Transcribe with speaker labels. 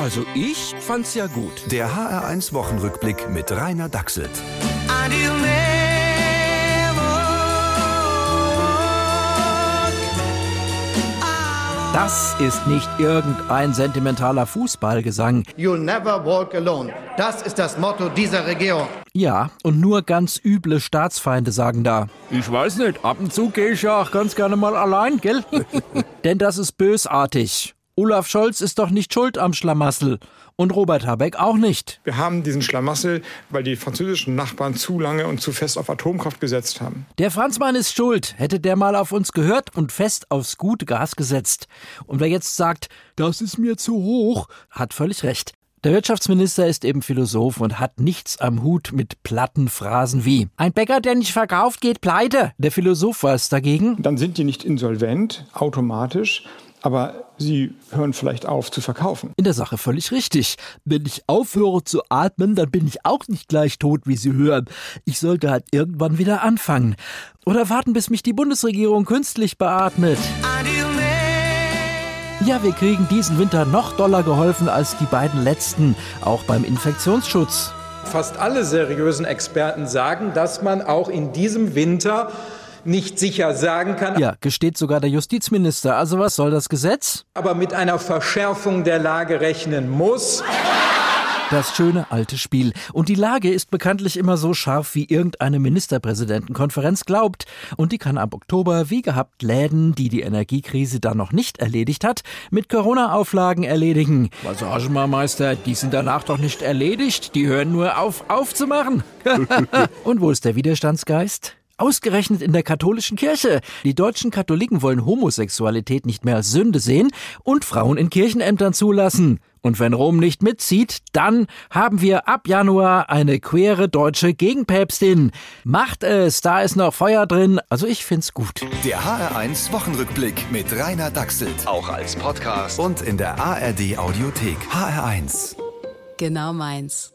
Speaker 1: Also ich fand's ja gut.
Speaker 2: Der HR1 Wochenrückblick mit Rainer Dachselt.
Speaker 3: Das ist nicht irgendein sentimentaler Fußballgesang.
Speaker 4: You'll never walk alone. Das ist das Motto dieser Regierung.
Speaker 3: Ja, und nur ganz üble Staatsfeinde sagen da.
Speaker 1: Ich weiß nicht, ab und zu gehe ich ja auch ganz gerne mal allein, gell?
Speaker 3: Denn das ist bösartig. Olaf Scholz ist doch nicht schuld am Schlamassel. Und Robert Habeck auch nicht.
Speaker 5: Wir haben diesen Schlamassel, weil die französischen Nachbarn zu lange und zu fest auf Atomkraft gesetzt haben.
Speaker 3: Der Franzmann ist schuld. Hätte der mal auf uns gehört und fest aufs gute Gas gesetzt. Und wer jetzt sagt, das ist mir zu hoch, hat völlig recht. Der Wirtschaftsminister ist eben Philosoph und hat nichts am Hut mit platten Phrasen wie: Ein Bäcker, der nicht verkauft, geht pleite. Der Philosoph war es dagegen.
Speaker 5: Dann sind die nicht insolvent, automatisch, aber sie hören vielleicht auf zu verkaufen.
Speaker 3: In der Sache völlig richtig. Wenn ich aufhöre zu atmen, dann bin ich auch nicht gleich tot, wie Sie hören. Ich sollte halt irgendwann wieder anfangen. Oder warten, bis mich die Bundesregierung künstlich beatmet. Ja, wir kriegen diesen Winter noch doller geholfen als die beiden letzten, auch beim Infektionsschutz.
Speaker 6: Fast alle seriösen Experten sagen, dass man auch in diesem Winter nicht sicher sagen kann.
Speaker 3: Ja, gesteht sogar der Justizminister. Also was soll das Gesetz?
Speaker 6: Aber mit einer Verschärfung der Lage rechnen muss.
Speaker 3: Das schöne alte Spiel. Und die Lage ist bekanntlich immer so scharf, wie irgendeine Ministerpräsidentenkonferenz glaubt. Und die kann ab Oktober wie gehabt Läden, die die Energiekrise dann noch nicht erledigt hat, mit Corona-Auflagen erledigen.
Speaker 1: Was sag ich mal, Meister, die sind danach doch nicht erledigt. Die hören nur auf, aufzumachen.
Speaker 3: Und wo ist der Widerstandsgeist? Ausgerechnet in der katholischen Kirche. Die deutschen Katholiken wollen Homosexualität nicht mehr als Sünde sehen und Frauen in Kirchenämtern zulassen. Und wenn Rom nicht mitzieht, dann haben wir ab Januar eine queere deutsche Gegenpäpstin. Macht es, da ist noch Feuer drin. Also ich find's gut.
Speaker 2: Der HR1 Wochenrückblick mit Rainer Dachselt. Auch als Podcast und in der ARD Audiothek. HR1.
Speaker 7: Genau meins.